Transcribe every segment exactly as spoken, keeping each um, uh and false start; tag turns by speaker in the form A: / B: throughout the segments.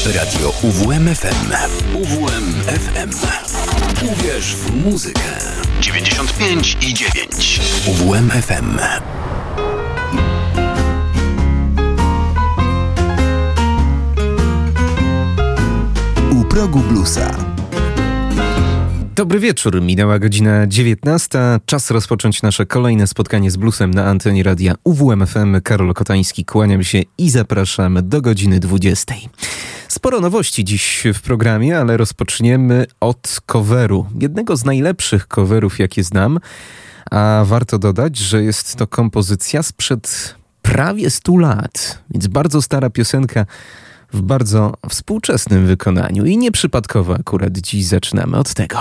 A: Radio U W M F M. U W M F M. Uwierz w muzykę. dziewięćdziesiąt pięć i dziewięć. U W M F M. U progu bluesa.
B: Dobry wieczór, minęła godzina dziewiętnasta. Czas rozpocząć nasze kolejne spotkanie z bluesem na antenie radia U W M F M. Karol Kotański, kłaniam się i zapraszam do godziny dwudziestej. Sporo nowości dziś w programie, ale rozpoczniemy od coveru. Jednego z najlepszych coverów, jakie znam, a warto dodać, że jest to kompozycja sprzed prawie stu lat, więc bardzo stara piosenka w bardzo współczesnym wykonaniu i nieprzypadkowo akurat dziś zaczynamy od tego.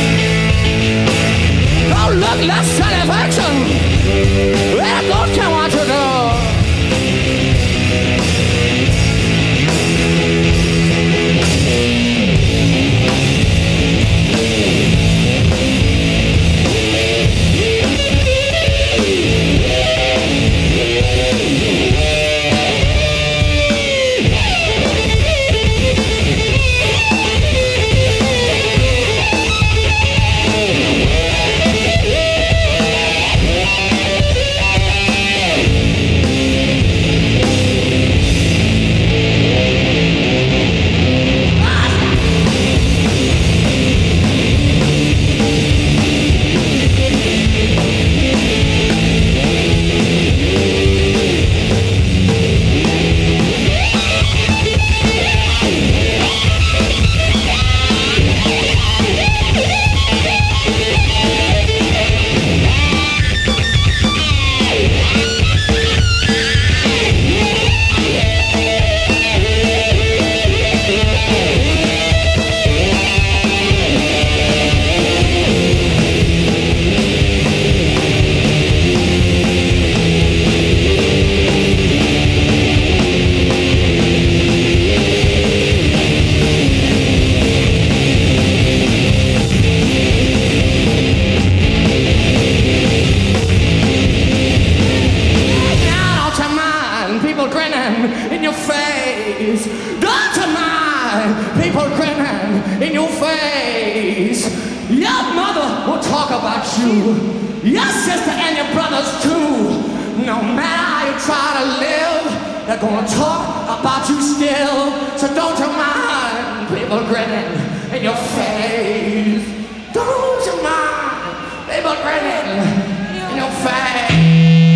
C: Less satisfaction. I don't care what mind people grinning in your face. Don't you mind people grinning in your face. Your mother will talk about you, your sister and your brothers too. No matter how you try to live, they're gonna talk about you still. So don't you mind people grinning in your face. Don't you mind people grinning in your face.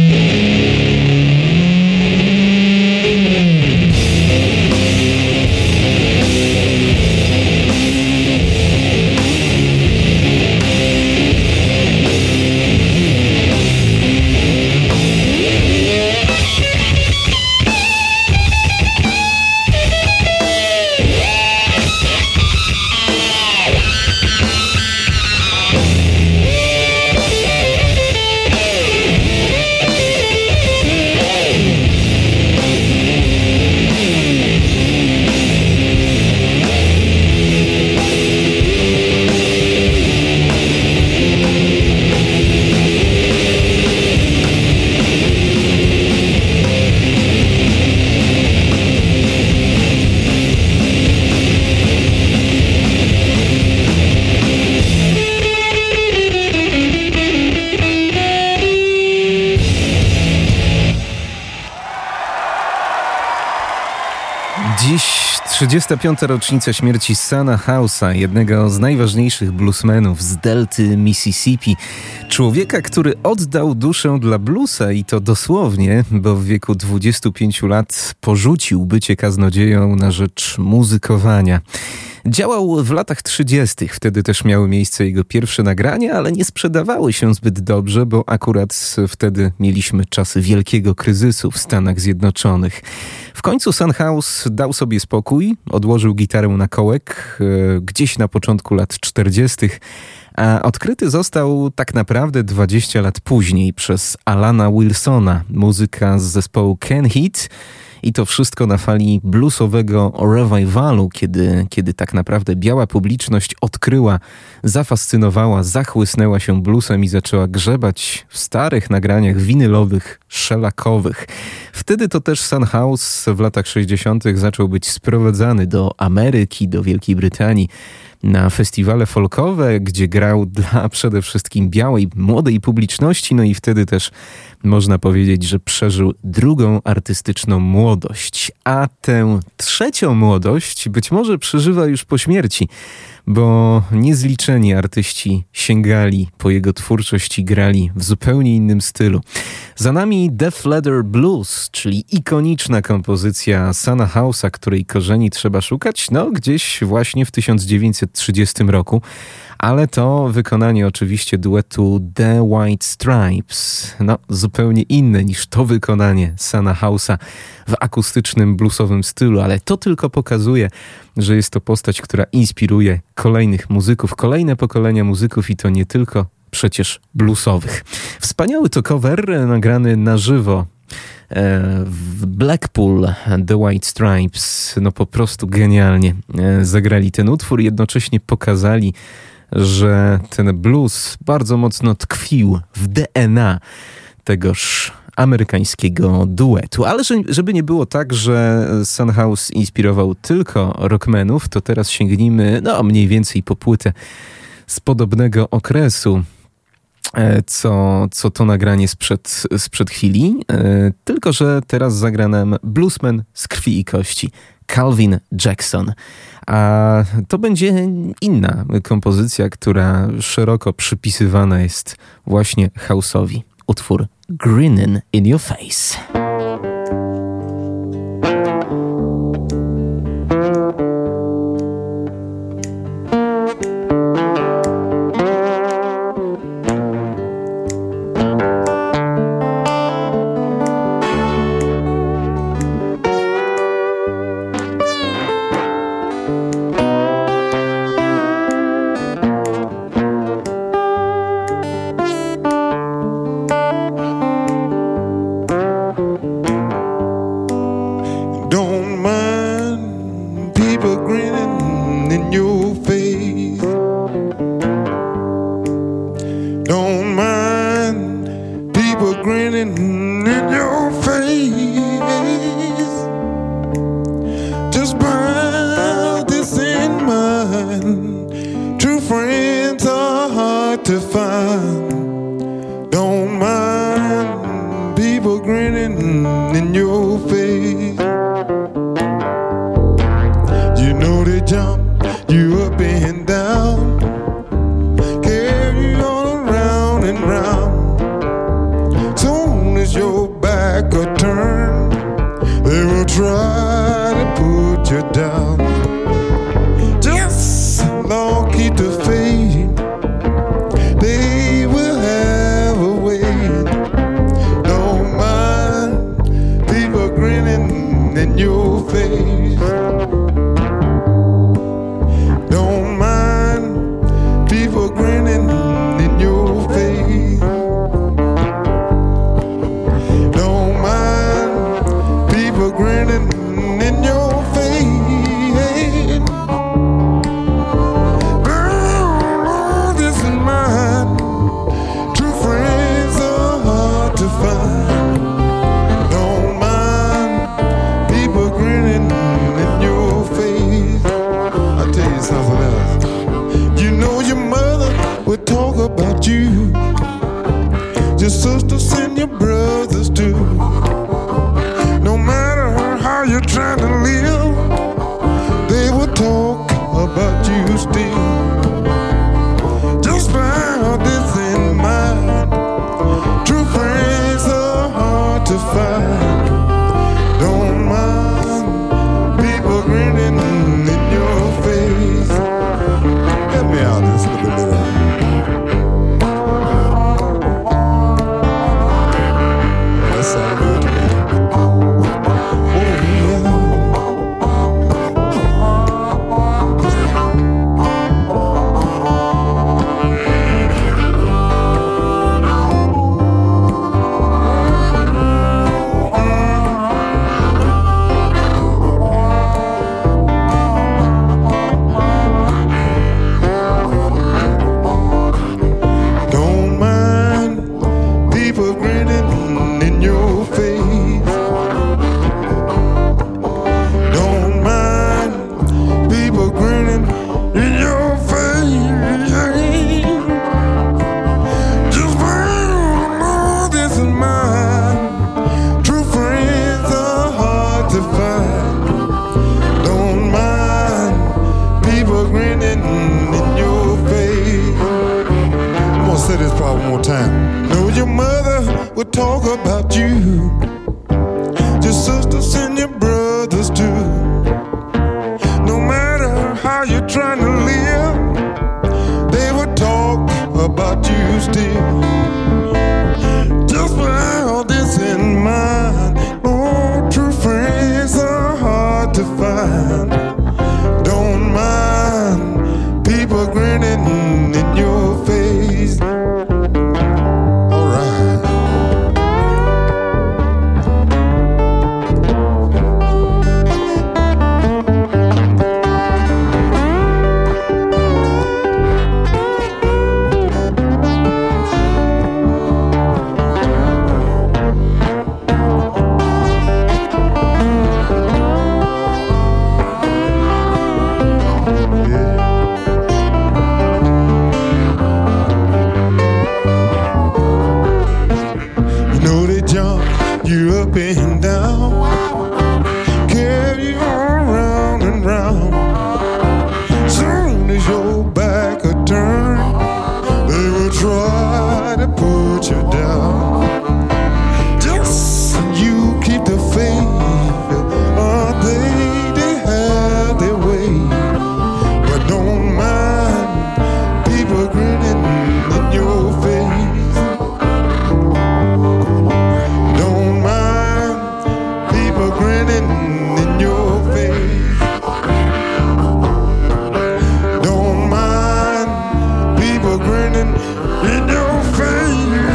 B: trzydziesta piąta rocznica śmierci Suna House'a, jednego z najważniejszych bluesmenów z delty Mississippi. Człowieka, który oddał duszę dla bluesa i to dosłownie, bo w wieku dwudziestu pięciu lat porzucił bycie kaznodzieją na rzecz muzykowania. Działał w latach trzydziestych, wtedy też miały miejsce jego pierwsze nagrania, ale nie sprzedawały się zbyt dobrze, bo akurat wtedy mieliśmy czasy wielkiego kryzysu w Stanach Zjednoczonych. W końcu Sun House dał sobie spokój, odłożył gitarę na kołek e, gdzieś na początku lat czterdziestych, a odkryty został tak naprawdę dwadzieścia lat później przez Alana Wilsona, muzyka z zespołu Ken Hit. I to wszystko na fali bluesowego revivalu, kiedy, kiedy tak naprawdę biała publiczność odkryła, zafascynowała, zachłysnęła się bluesem i zaczęła grzebać w starych nagraniach winylowych, szelakowych. Wtedy to też Sun House w latach sześćdziesiątych zaczął być sprowadzany do Ameryki, do Wielkiej Brytanii, na festiwale folkowe, gdzie grał dla przede wszystkim białej, młodej publiczności, no i wtedy też można powiedzieć, że przeżył drugą artystyczną młodość, a tę trzecią młodość być może przeżywa już po śmierci, bo niezliczeni artyści sięgali po jego twórczość i grali w zupełnie innym stylu. Za nami Def Leppard Blues, czyli ikoniczna kompozycja Suna House'a, której korzeni trzeba szukać, no gdzieś właśnie w tysiąc dziewięćset trzydziestym roku. Ale to wykonanie oczywiście duetu The White Stripes, no zupełnie inne niż to wykonanie Suna House'a w akustycznym bluesowym stylu, ale to tylko pokazuje, że jest to postać, która inspiruje kolejnych muzyków, kolejne pokolenia muzyków i to nie tylko przecież bluesowych. Wspaniały to cover nagrany na żywo w Blackpool. The White Stripes no po prostu genialnie zagrali ten utwór i jednocześnie pokazali, że ten blues bardzo mocno tkwił w D N A tegoż amerykańskiego duetu. Ale żeby nie było tak, że Sun House inspirował tylko rockmenów, to teraz sięgnijmy no mniej więcej po płytę z podobnego okresu, co, co to nagranie sprzed, sprzed chwili. Tylko że teraz zagra nam bluesman z krwi i kości, Calvin Jackson. A to będzie inna kompozycja, która szeroko przypisywana jest właśnie house'owi. Utwór Grinnin' in Your Face.
D: Don't mind people grinning in your face. jump you up and down, carry you on around and round. Soon as your back will turn, they will try to put you down. Just long keep the faith, they will have a way. Don't mind people grinning in your face. Don't mind people grinning in your face. Don't mind people grinning in your face. Girl, this is mine. True friends are hard to find. Don't mind people grinning in your face. I'll tell you something else. You know your mother would talk about you, your sisters and your brothers too. No matter how you're trying to live, they will talk about you still. Just bear this in mind. True friends are hard to find. Don't mind people grinning in your face. Help me out just a little bit. That sounds good to me. Don't mind people grinning in your face. Don't mind people grinning in your face. Just know this is mine. True friends are hard to find. Don't mind people grinning in your face. I'm gonna say this part one more time. Know your mother would talk about you, your sisters and your brothers too. No matter how you're trying to live, they would talk about you still. Just bear all this in mind. Oh, true friends are hard to find. Don't mind people grinning in your face. All right. You know they jump you up and down, carry you around and round. Soon as your back will turn, they will try to put you down. Just you keep the faith, or they, they have their way. But don't mind people grinning in your face. Don't mind people grinning in your face. Don't mind people grinning in your face.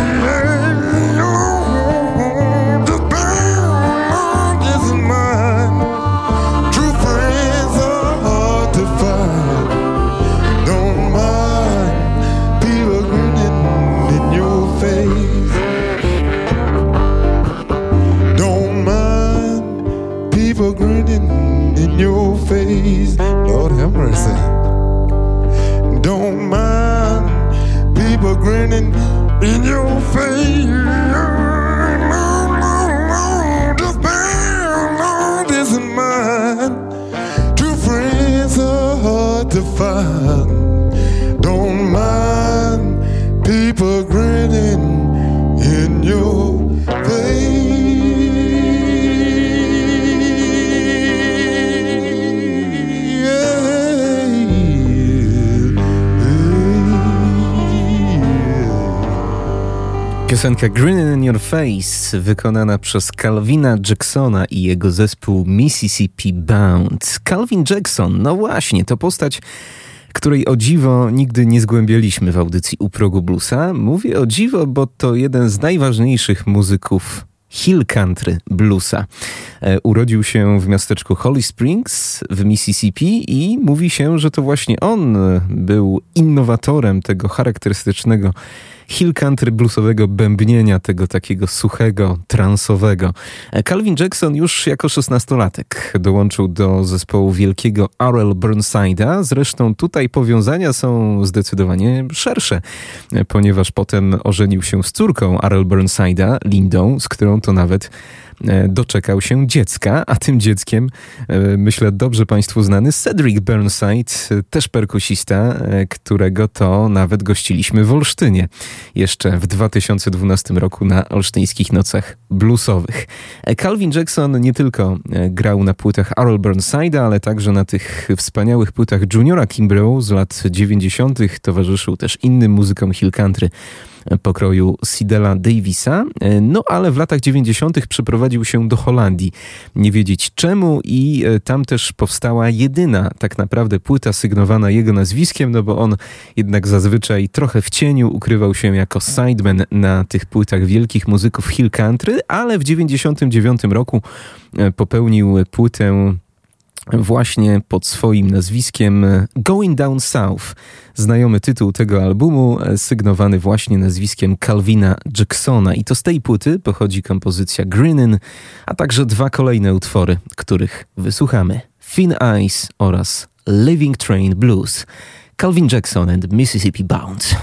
D: Just bear this in mind. True friends are hard to find. Don't mind people grinning in your face. Don't mind people grinning in your face. Lord have mercy. Don't mind people grinning in your face. Just bear all this in mind. True friends are
B: Piosenka Grin in Your Face, wykonana przez Calvina Jacksona i jego zespół Mississippi Bound. Calvin Jackson, no właśnie, to postać, której o dziwo nigdy nie zgłębialiśmy w audycji U Progu Bluesa. Mówię o dziwo, bo to jeden z najważniejszych muzyków hill country bluesa. E, urodził się w miasteczku Holly Springs w Mississippi i mówi się, że to właśnie on był innowatorem tego charakterystycznego hill country bluesowego bębnienia, tego takiego suchego, transowego. Calvin Jackson już jako szesnastolatek dołączył do zespołu wielkiego R L Burnside'a. Zresztą tutaj powiązania są zdecydowanie szersze, ponieważ potem ożenił się z córką R L Burnside'a, Lindą, z którą to nawet doczekał się dziecka, a tym dzieckiem, myślę, dobrze Państwu znany Cedric Burnside, też perkusista, którego to nawet gościliśmy w Olsztynie jeszcze w dwa tysiące dwunastym roku na Olsztyńskich Nocach Bluesowych. Calvin Jackson nie tylko grał na płytach R L Burnside'a, ale także na tych wspaniałych płytach Juniora Kimbrough z lat dziewięćdziesiątych. Towarzyszył też innym muzykom hill country pokroju Sidela Davisa, no ale w latach dziewięćdziesiątych przeprowadził się do Holandii. Nie wiedzieć czemu i tam też powstała jedyna tak naprawdę płyta sygnowana jego nazwiskiem, no bo on jednak zazwyczaj trochę w cieniu ukrywał się jako sideman na tych płytach wielkich muzyków hill country, ale w dziewięćdziesiątym dziewiątym roku popełnił płytę właśnie pod swoim nazwiskiem Going Down South. Znajomy tytuł tego albumu, sygnowany właśnie nazwiskiem Calvina Jacksona. I to z tej płyty pochodzi kompozycja Grinnin', a także dwa kolejne utwory, których wysłuchamy. Thin Ice oraz Living Train Blues. Calvin Jackson and Mississippi Bound.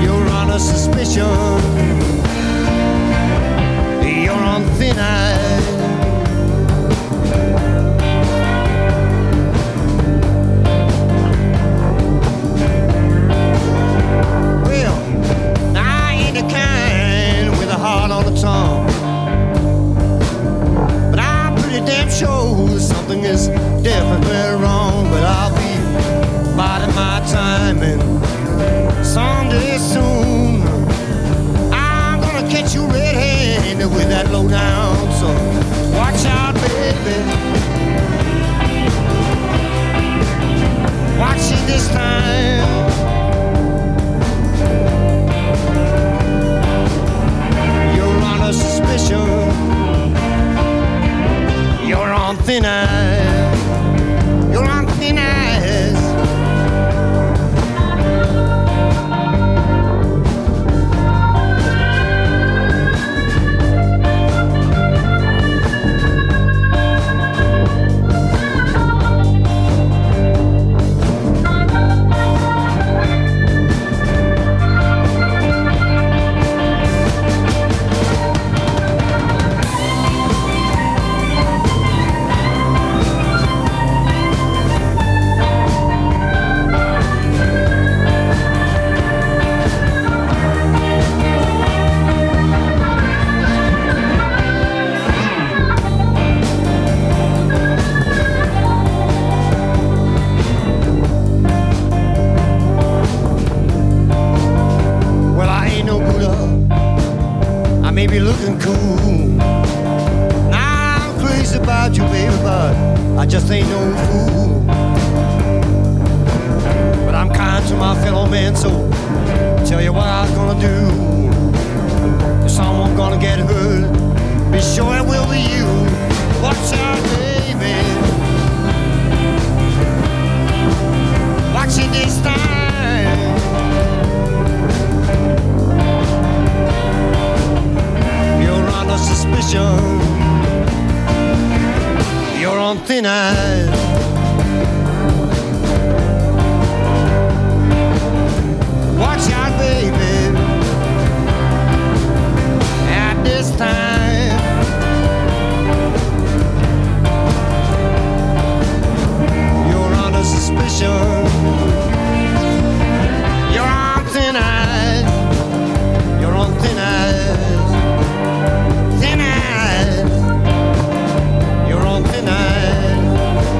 E: You're on thin ice. this time you're under suspicion. You're on thin ice. Watch out, baby. At this time you're under suspicion. You're on thin ice. You're on thin ice. Thin ice. You're on thin ice.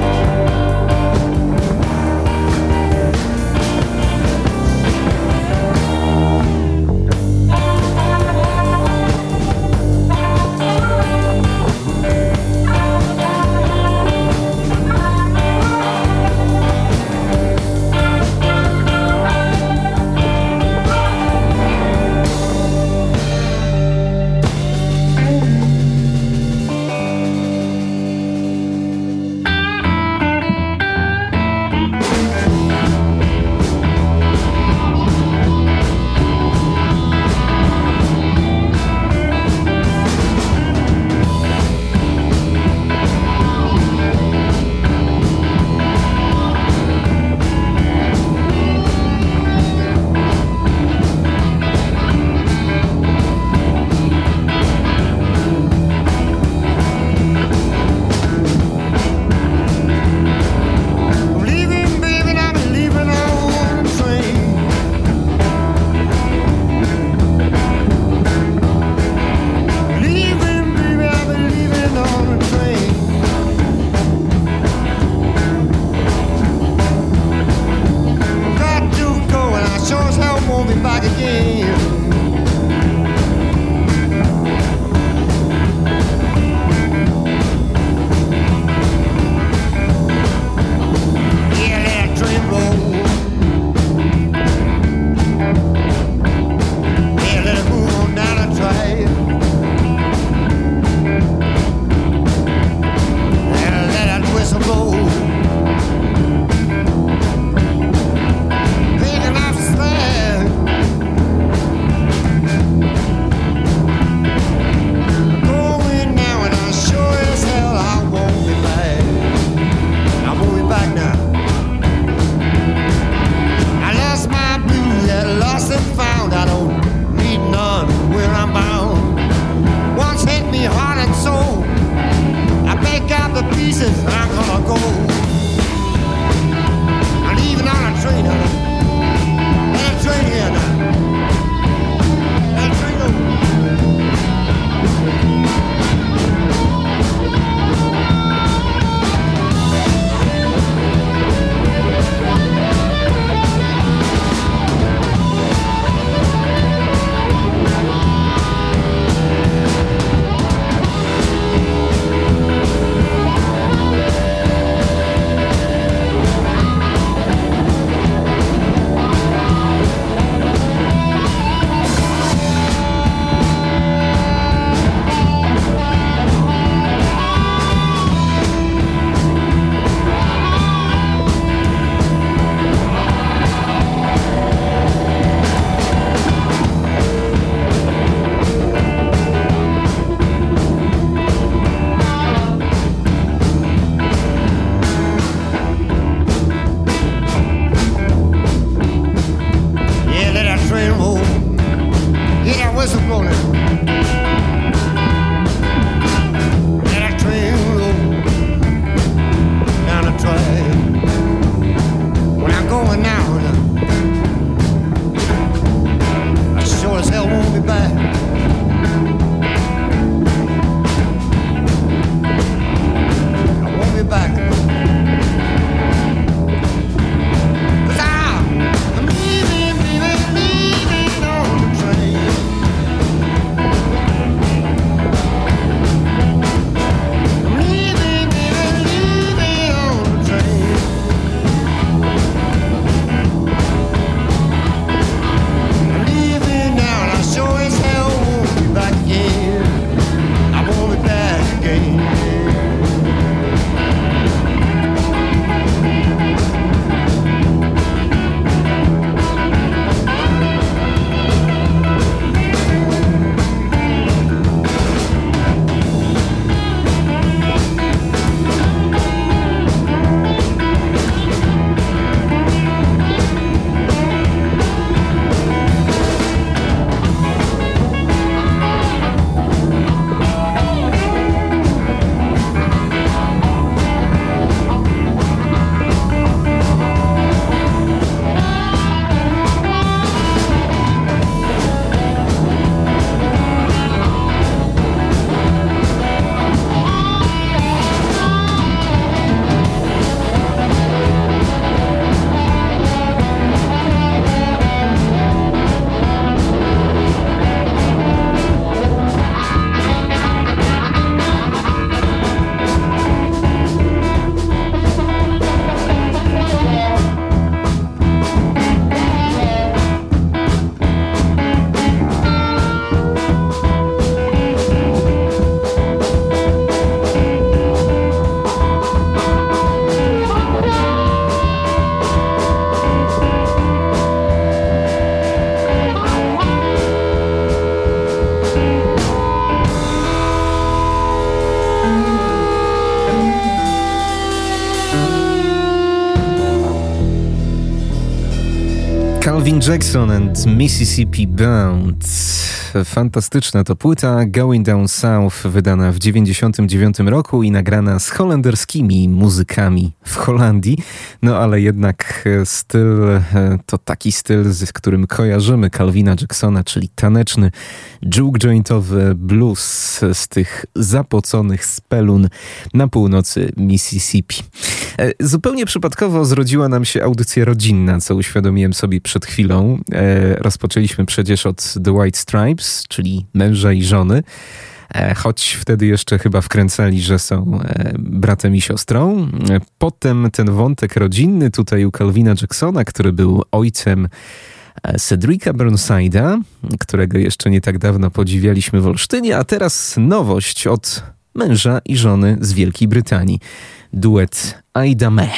B: Calvin Jackson and Mississippi Bound. Fantastyczna to płyta Going Down South, wydana w dziewięćdziesiątym dziewiątym roku i nagrana z holenderskimi muzykami w Holandii. No ale jednak styl to taki styl, z którym kojarzymy Calvina Jacksona, czyli taneczny, juke jointowy blues z tych zapoconych spelun na północy Mississippi. Zupełnie przypadkowo zrodziła nam się audycja rodzinna, co uświadomiłem sobie przed chwilą. E, rozpoczęliśmy przecież od The White Stripes, czyli męża i żony, e, choć wtedy jeszcze chyba wkręcali, że są e, bratem i siostrą. E, potem ten wątek rodzinny tutaj u Calvina Jacksona, który był ojcem Cedric'a Burnside'a, którego jeszcze nie tak dawno podziwialiśmy w Olsztynie, a teraz nowość od męża i żony z Wielkiej Brytanii. Duet Aida Mae.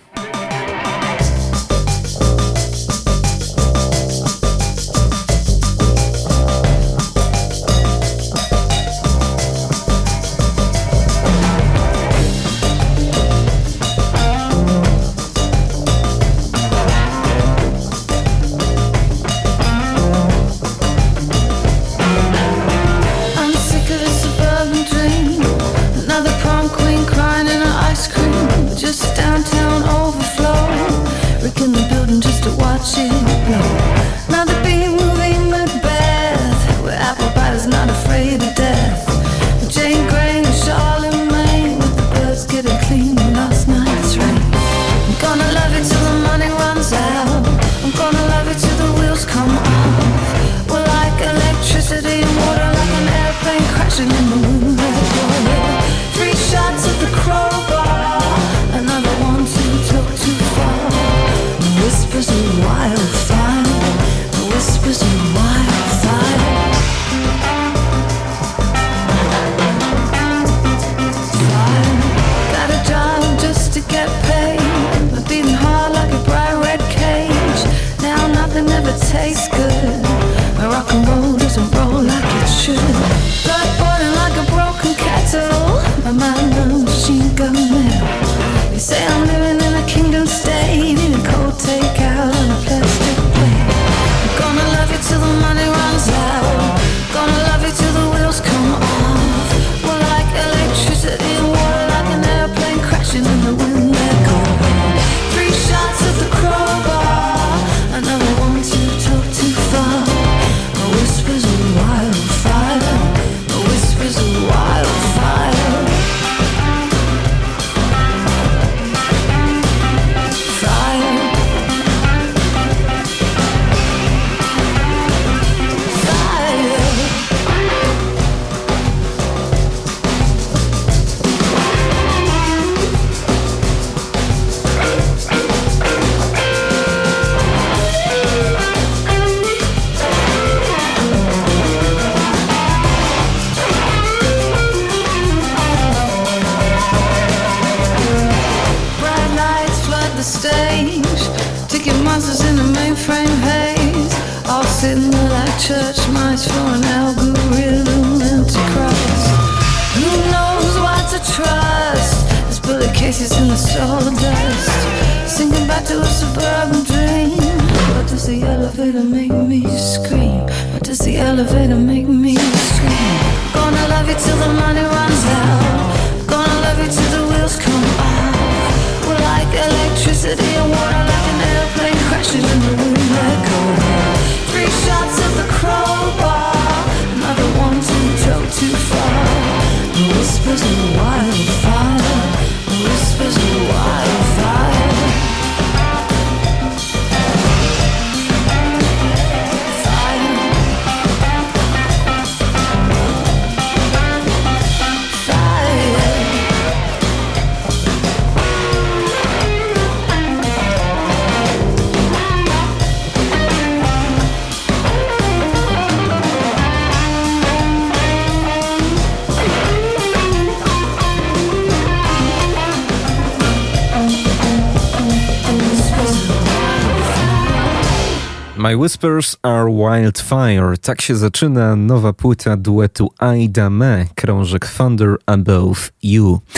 B: My Whispers Are Wildfire. Tak się zaczyna nowa płyta duetu Aida Mae, krążek Thunder Above You.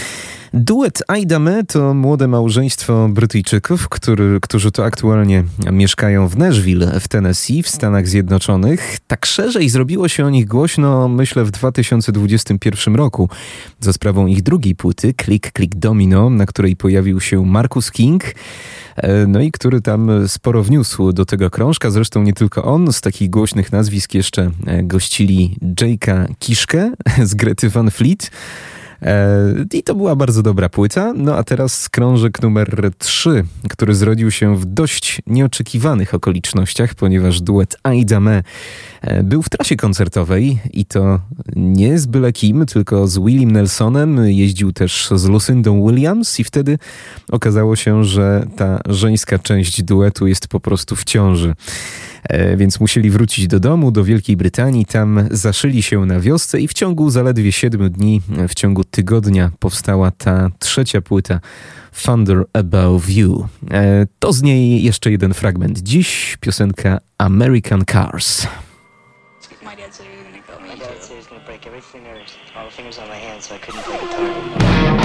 B: Duet Aida Mee to młode małżeństwo Brytyjczyków, który, którzy to aktualnie mieszkają w Nashville w Tennessee w Stanach Zjednoczonych. Tak szerzej zrobiło się o nich głośno, myślę, w dwa tysiące dwudziestym pierwszym roku za sprawą ich drugiej płyty Click Click Domino, na której pojawił się Marcus King, no i który tam sporo wniósł do tego krążka. Zresztą nie tylko on, z takich głośnych nazwisk jeszcze gościli Jake'a Kiszkę z Grety Van Fleet. I to była bardzo dobra płyta. No a teraz krążek numer trzy, który zrodził się w dość nieoczekiwanych okolicznościach, ponieważ duet Aida Mee był w trasie koncertowej i to nie z byle kim, tylko z Williem Nelsonem. Jeździł też z Lucindą Williams i wtedy okazało się, że ta żeńska część duetu jest po prostu w ciąży. Więc musieli wrócić do domu, do Wielkiej Brytanii, tam zaszyli się na wiosce i w ciągu zaledwie siedmiu dni, w ciągu tygodnia powstała ta trzecia płyta Thunder Above You. To z niej jeszcze jeden fragment. Dziś piosenka American Cars.
F: My dad said he was gonna kill me. My dad said he was gonna break every finger, all the fingers on my hand, so I couldn't play guitar.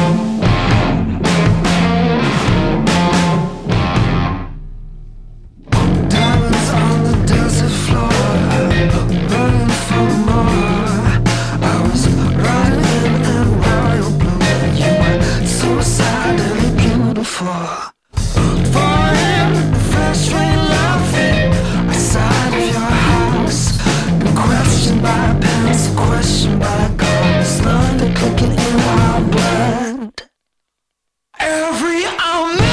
G: Diamonds on the desert floor, burning for more. I was riding in royal blue. You were suicidally beautiful. Falling, fresh rain laughing outside of your house. Been questioned by pens, questioned by guns. Thunder clicking in our blood. Every American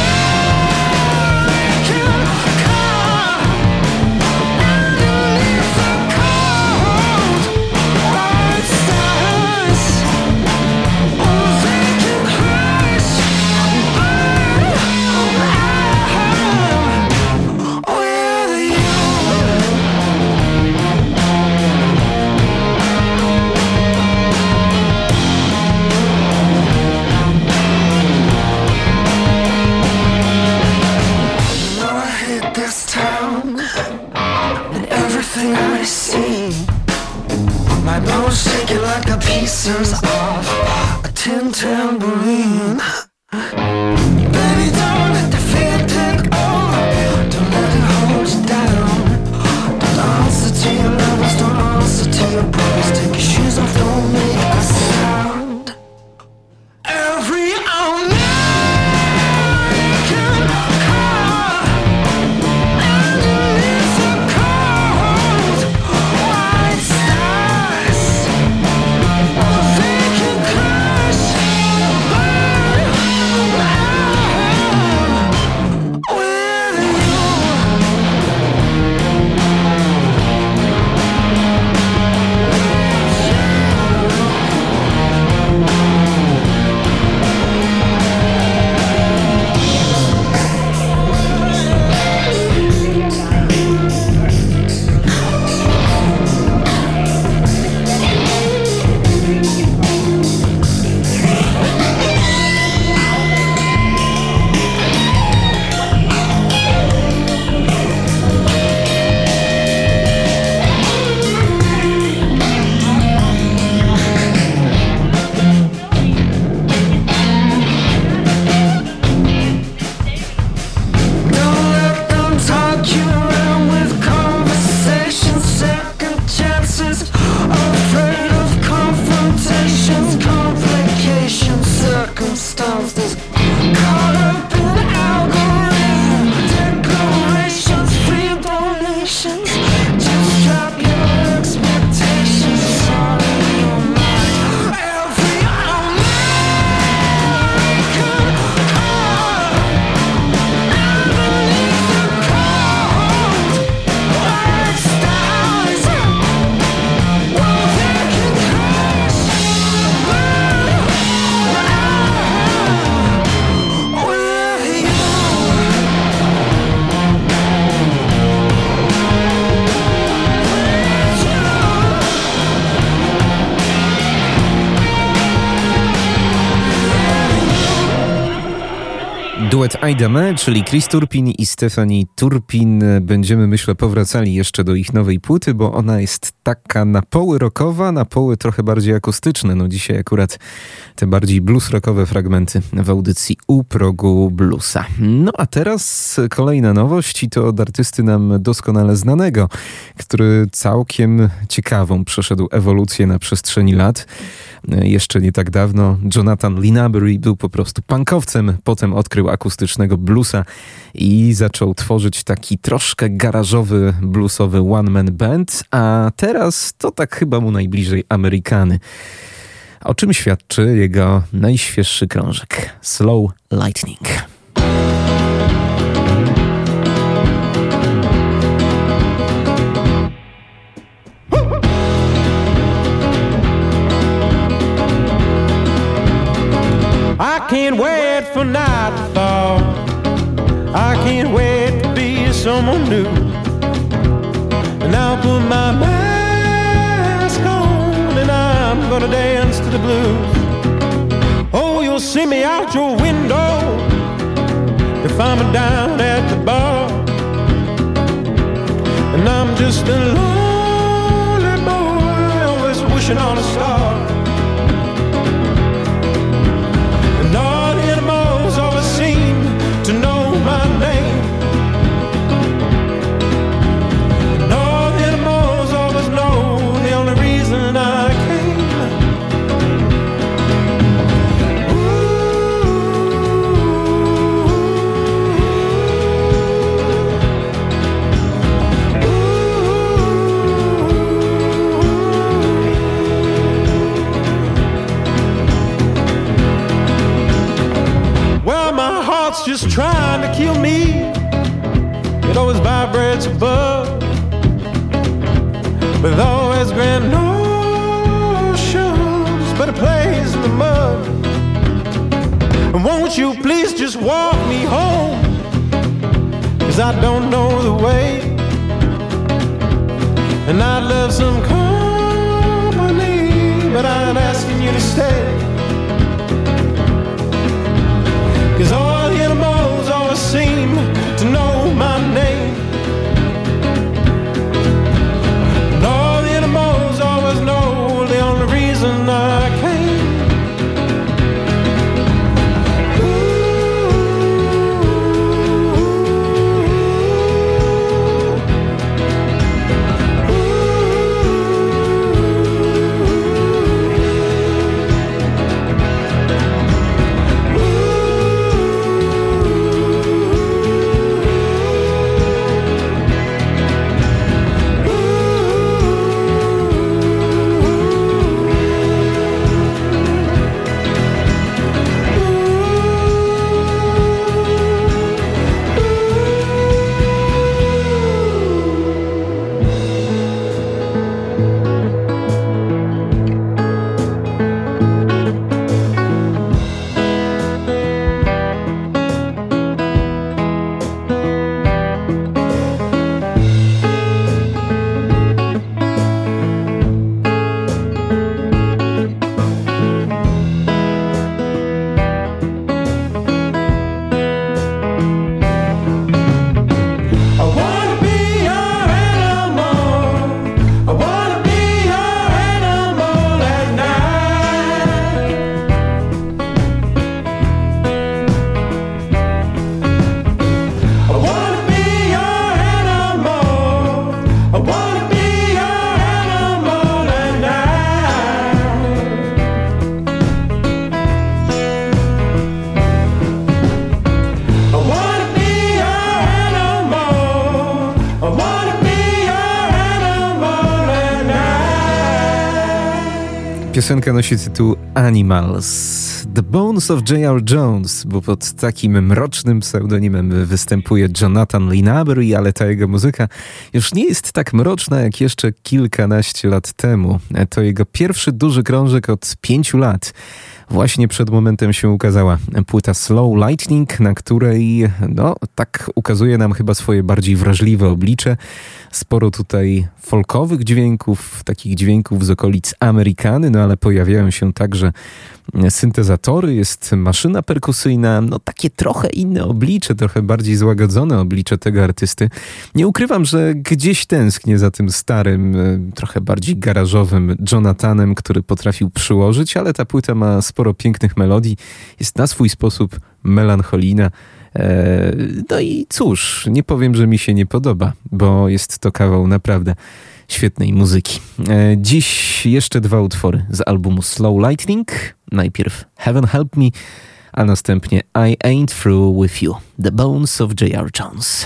G: car underneath the cold white stars. Oh, they can crash, burn alive with you. You know I hate this town and everything I see. My bones shaking like the pieces of a tin tambourine. Baby, don't let the fear take over. Don't let it hold you down. Don't answer to your lovers, don't answer to your brothers. Take your shoes off, don't make a sound. Every American car underneath the cold white stars. Oh, they can crash, burn alive.
B: Duet Ida Mae, czyli Chris Turpin i Stephanie Turpin. Będziemy, myślę, powracali jeszcze do ich nowej płyty, bo ona jest taka na poły rockowa, na poły trochę bardziej akustyczne. No dzisiaj akurat te bardziej blues rockowe fragmenty w audycji U Progu Bluesa. No a teraz kolejna nowość i to od artysty nam doskonale znanego, który całkiem ciekawą przeszedł ewolucję na przestrzeni lat. Jeszcze nie tak dawno Jonathan Linabury był po prostu punkowcem, potem odkrył akustycznego bluesa i zaczął tworzyć taki troszkę garażowy, bluesowy one-man band, a teraz to tak chyba mu najbliżej Amerykany. O czym świadczy jego najświeższy krążek Slow Lightning.
E: I can't wait for night to fall. I can't wait to be someone new. And I'll put my mask on and I'm gonna dance to the blues. Oh, you'll see me out your window if I'm down at the bar. And I'm just a lonely boy always wishing on a star. To know my name, and all the animals always know the only reason I came. Ooh, ooh. Well, my heart's just trying to kill me. It always vibrates above with always grand notions, but it plays in the mud. And won't you please just walk me home, 'cause I don't know the way. And I'd love some company, but I'm asking you to stay. 'Cause all the animals always seem to know my name. And all the animals always know the only reason I came.
B: Piosenka nosi tytuł Animals. The Bones of J R. Jones, bo pod takim mrocznym pseudonimem występuje Jonathan Linabury, ale ta jego muzyka już nie jest tak mroczna jak jeszcze kilkanaście lat temu. To jego pierwszy duży krążek od pięciu lat. Właśnie przed momentem się ukazała płyta Slow Lightning, na której, no, tak ukazuje nam chyba swoje bardziej wrażliwe oblicze. Sporo tutaj folkowych dźwięków, takich dźwięków z okolic Amerykany, no ale pojawiają się także syntezatory, jest maszyna perkusyjna, no takie trochę inne oblicze, trochę bardziej złagodzone oblicze tego artysty. Nie ukrywam, że gdzieś tęsknię za tym starym, trochę bardziej garażowym Jonathanem, który potrafił przyłożyć, ale ta płyta ma sporo pięknych melodii, jest na swój sposób melancholijna. No i cóż, nie powiem, że mi się nie podoba, bo jest to kawał naprawdę świetnej muzyki. Dziś jeszcze dwa utwory z albumu Slow Lightning. Najpierw Heaven Help Me, a następnie I Ain't Through With You, The Bones of J R. Jones.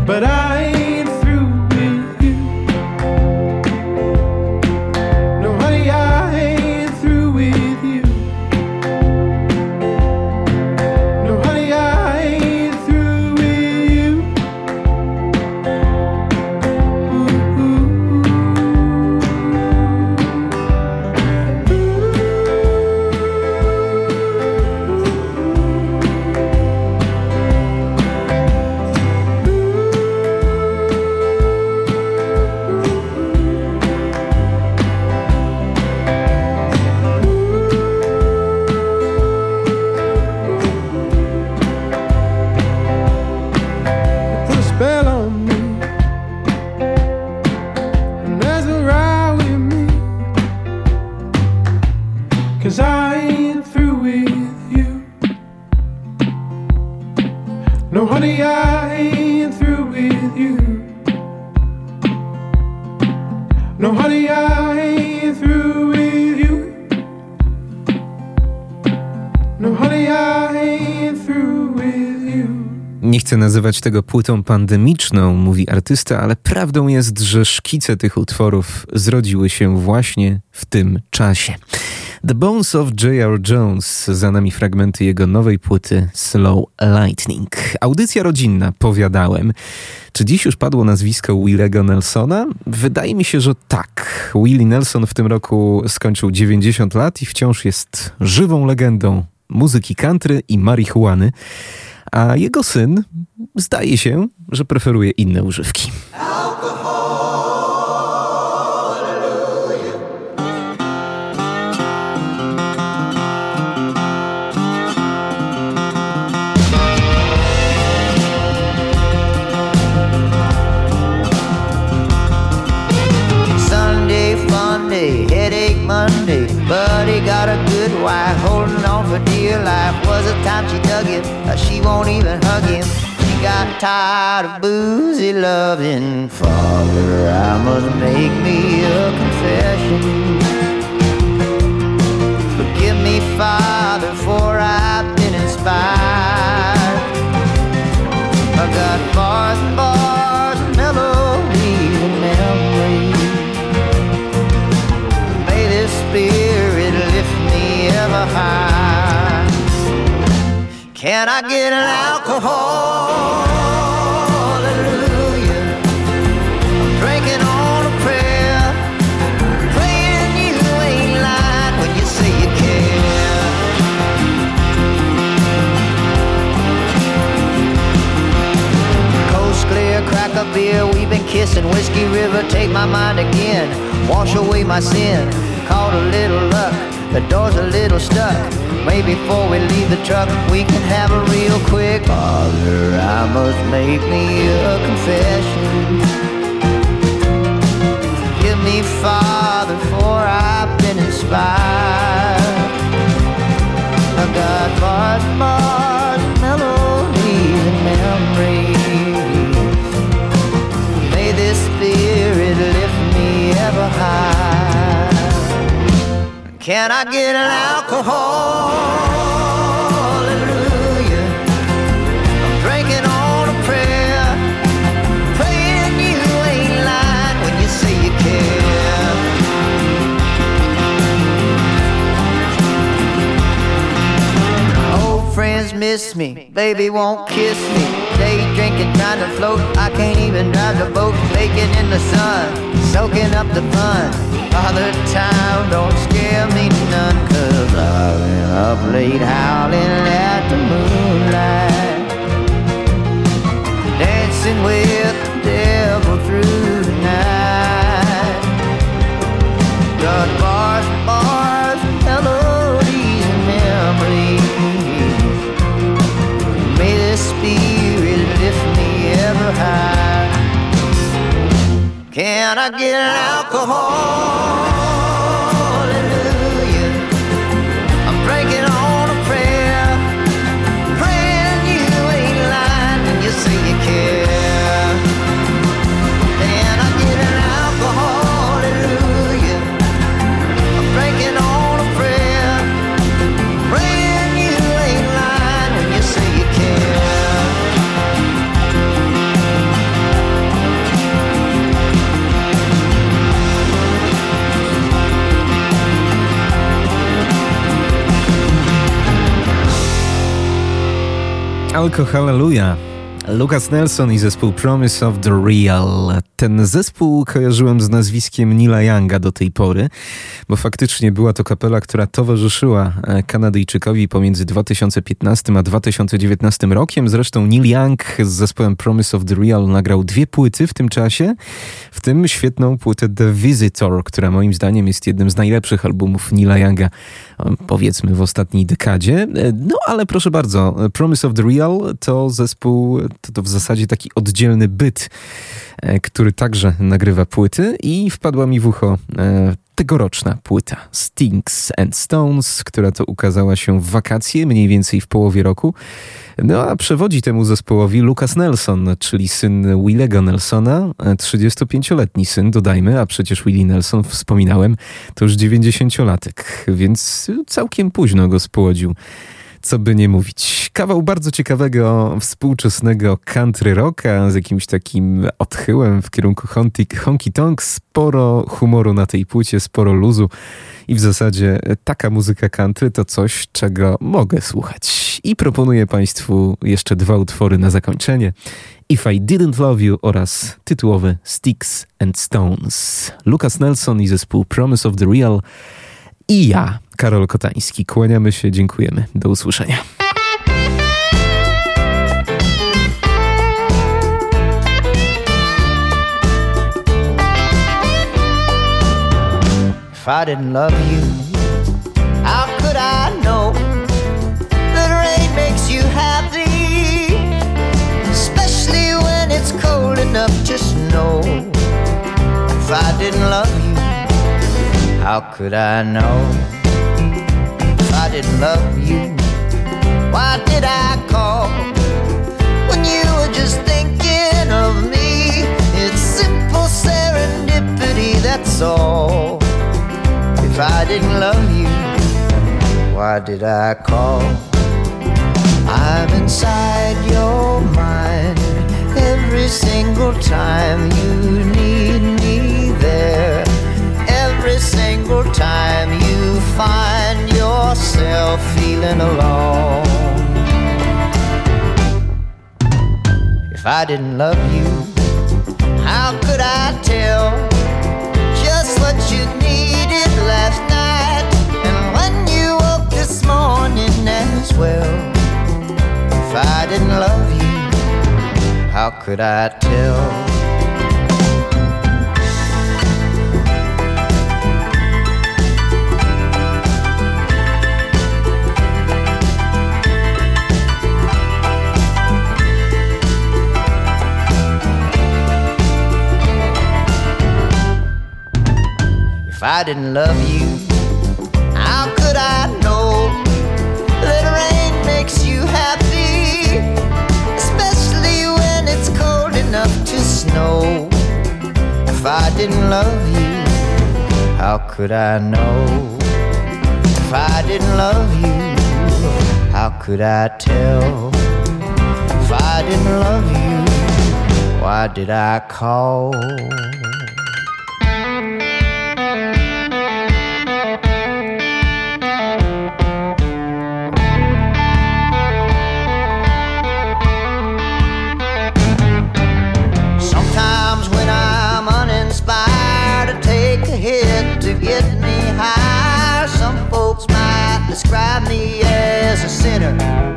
E: but I ain't through with you. No, honey, I ain't through with you. No, honey, I ain't through with you. Ooh, ooh, put a spell on me, and that's alright with me, 'cause I ain't through with you. No, honey, I ain't through with you. No, honey, I ain't through with you. No, honey, I ain't through with you.
B: Nie chcę nazywać tego płytą pandemiczną, mówi artysta, ale prawdą jest, że szkice tych utworów zrodziły się właśnie w tym czasie. The Bones of J R. Jones, za nami fragmenty jego nowej płyty Slow Lightning. Audycja rodzinna, powiadałem. Czy dziś już padło nazwisko Willego Nelsona? Wydaje mi się, że tak. Willie Nelson w tym roku skończył dziewięćdziesiąt lat i wciąż jest żywą legendą muzyki country i marihuany, a jego syn zdaje się, że preferuje inne używki.
H: Sunday, fun day, headache Monday, but he got a good wife holding on for dear life. Was the time she dug him, she won't even hug him. She got tired of boozy loving. Father, I must make me a confession. Forgive me, Father, for I've been inspired. I got bars and bars and melodies and memories. May this spirit lift me ever high. Can I get an alcohol? Hallelujah. I'm drinking on a prayer, praying you ain't lying when you say you care. Coast clear, crack a beer, we've been kissing. Whiskey River, take my mind again, wash away my sin. Caught a little luck, the door's a little stuck. Maybe before we leave the truck, we can have a real quick. Father, I must make me a confession. Forgive me, Father, for I've been inspired. I got bars, bars, melodies and memories. May this spirit lift me ever high. Can I get an alcohol? Hallelujah. I'm drinking on a prayer, praying you ain't lying when you say you care. Old friends miss me, baby won't kiss me. Day drinking, trying to float, I can't even drive the boat. Baking in the sun, soaking up the fun. Father time don't scare me none, 'cause I've been up late howling at the moonlight, dancing with the devil through the night. Got bars and bars and melodies and memories. May the spirit lift me ever high. Can I get an alcohol? Hallelujah. I'm drinking on a prayer, praying you ain't lying when you say you care. Can I get an alcohol? Hallelujah. I'm drinking on a prayer, praying you ain't lying when you say you care.
B: Alko Hallelujah. Lucas Nelson i zespół Promise of the Real. Ten zespół kojarzyłem z nazwiskiem Neila Younga do tej pory, bo faktycznie była to kapela, która towarzyszyła Kanadyjczykowi pomiędzy dwa tysiące piętnastym a dwa tysiące dziewiętnastym rokiem. Zresztą Neil Young z zespołem Promise of the Real nagrał dwie płyty w tym czasie, w tym świetną płytę The Visitor, która moim zdaniem jest jednym z najlepszych albumów Neila Younga, powiedzmy w ostatniej dekadzie. No ale proszę bardzo, Promise of the Real to zespół, to, to w zasadzie taki oddzielny byt, który także nagrywa płyty i wpadła mi w ucho e, tegoroczna płyta Sticks and Stones, która to ukazała się w wakacje, mniej więcej w połowie roku. No a przewodzi temu zespołowi Lucas Nelson, czyli syn Willego Nelsona, trzydziestopięcioletni syn, dodajmy, a przecież Willie Nelson, wspominałem, to już dziewięćdziesięciolatek, więc całkiem późno go spłodził. Co by nie mówić. Kawał bardzo ciekawego, współczesnego country rocka z jakimś takim odchyłem w kierunku honky tonk. Sporo humoru na tej płycie, sporo luzu i w zasadzie taka muzyka country to coś, czego mogę słuchać. I proponuję Państwu jeszcze dwa utwory na zakończenie. If I Didn't Love You oraz tytułowy Sticks and Stones. Lucas Nelson i zespół Promise of the Real. I ja, Karol Kotański. Kłaniamy się, dziękujemy. Do usłyszenia.
H: If I didn't love you, how could I know that rain makes you happy? Especially when it's cold enough to snow. If I didn't love you, how could I know? If I didn't love you, why did I call? When you were just thinking of me, it's simple serendipity, that's all. If I didn't love you, why did I call? I'm inside your mind every single time you need me there. Every single time you find yourself feeling alone. If I didn't love you, how could I tell just what you needed last night and when you woke this morning as well? If I didn't love you, how could I tell? If I didn't love you, how could I know that rain makes you happy? Especially when it's cold enough to snow. If I didn't love you, how could I know? If I didn't love you, how could I tell? If I didn't love you, why did I call? To get me high, some folks might describe me as a sinner.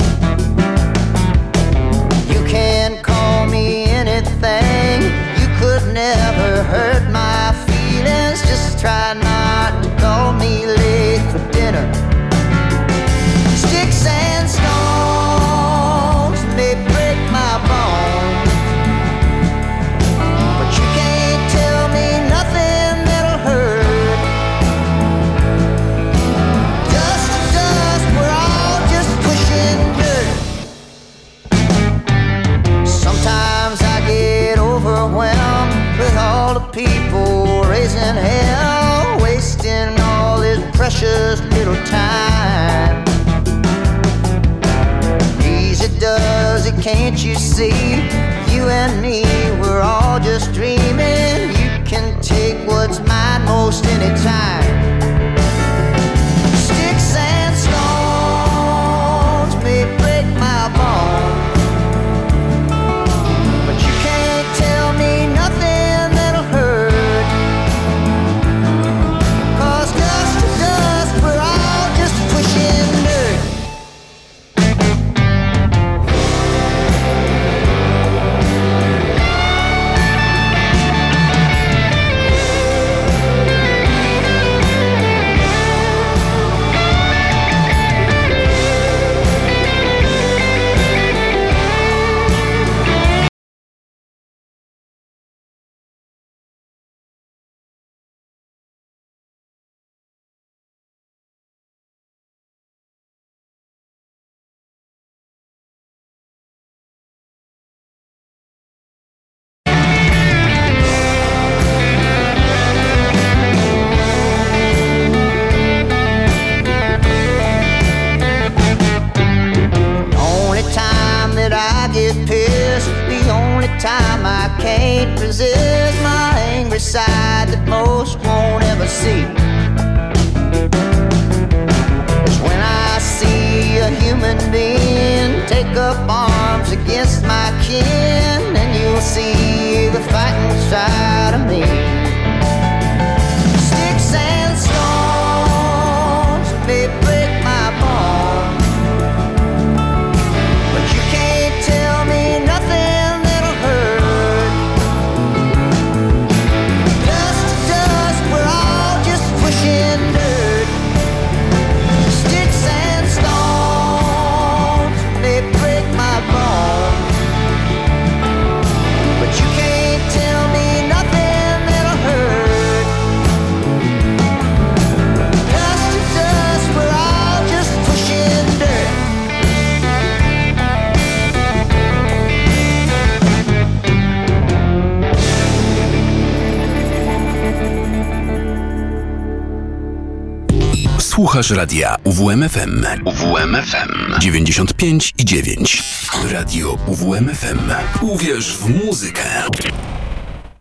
H: You can call me anything, you could never hurt my feelings. Just try not to call me late for dinner. Sticks and stones may break my bones, but you can't tell me nothing that'll hurt. With all the people raising hell, wasting all this precious little time. Easy does it, can't you see? You and me, we're all just dreaming. You can take what's mine most anytime. Sticks and stones may break my bones, time I can't resist my angry side that most won't ever see. It's when I see a human being take up arms against my kin, and you'll see the fighting side of me. Sticks and stones may break my bones, but you can't tell me nothing that'll hurt. Dust to dust, we're all just pushing dirt. Sticks and stones may break my bones, but you can't tell me nothing that'll hurt. Dust to dust, we're all just pushing dirt.
A: Słuchasz radia U W M F M. U W M F M dziewięćdziesiąt pięć i dziewięć. Radio U W M F M. Uwierz w muzykę.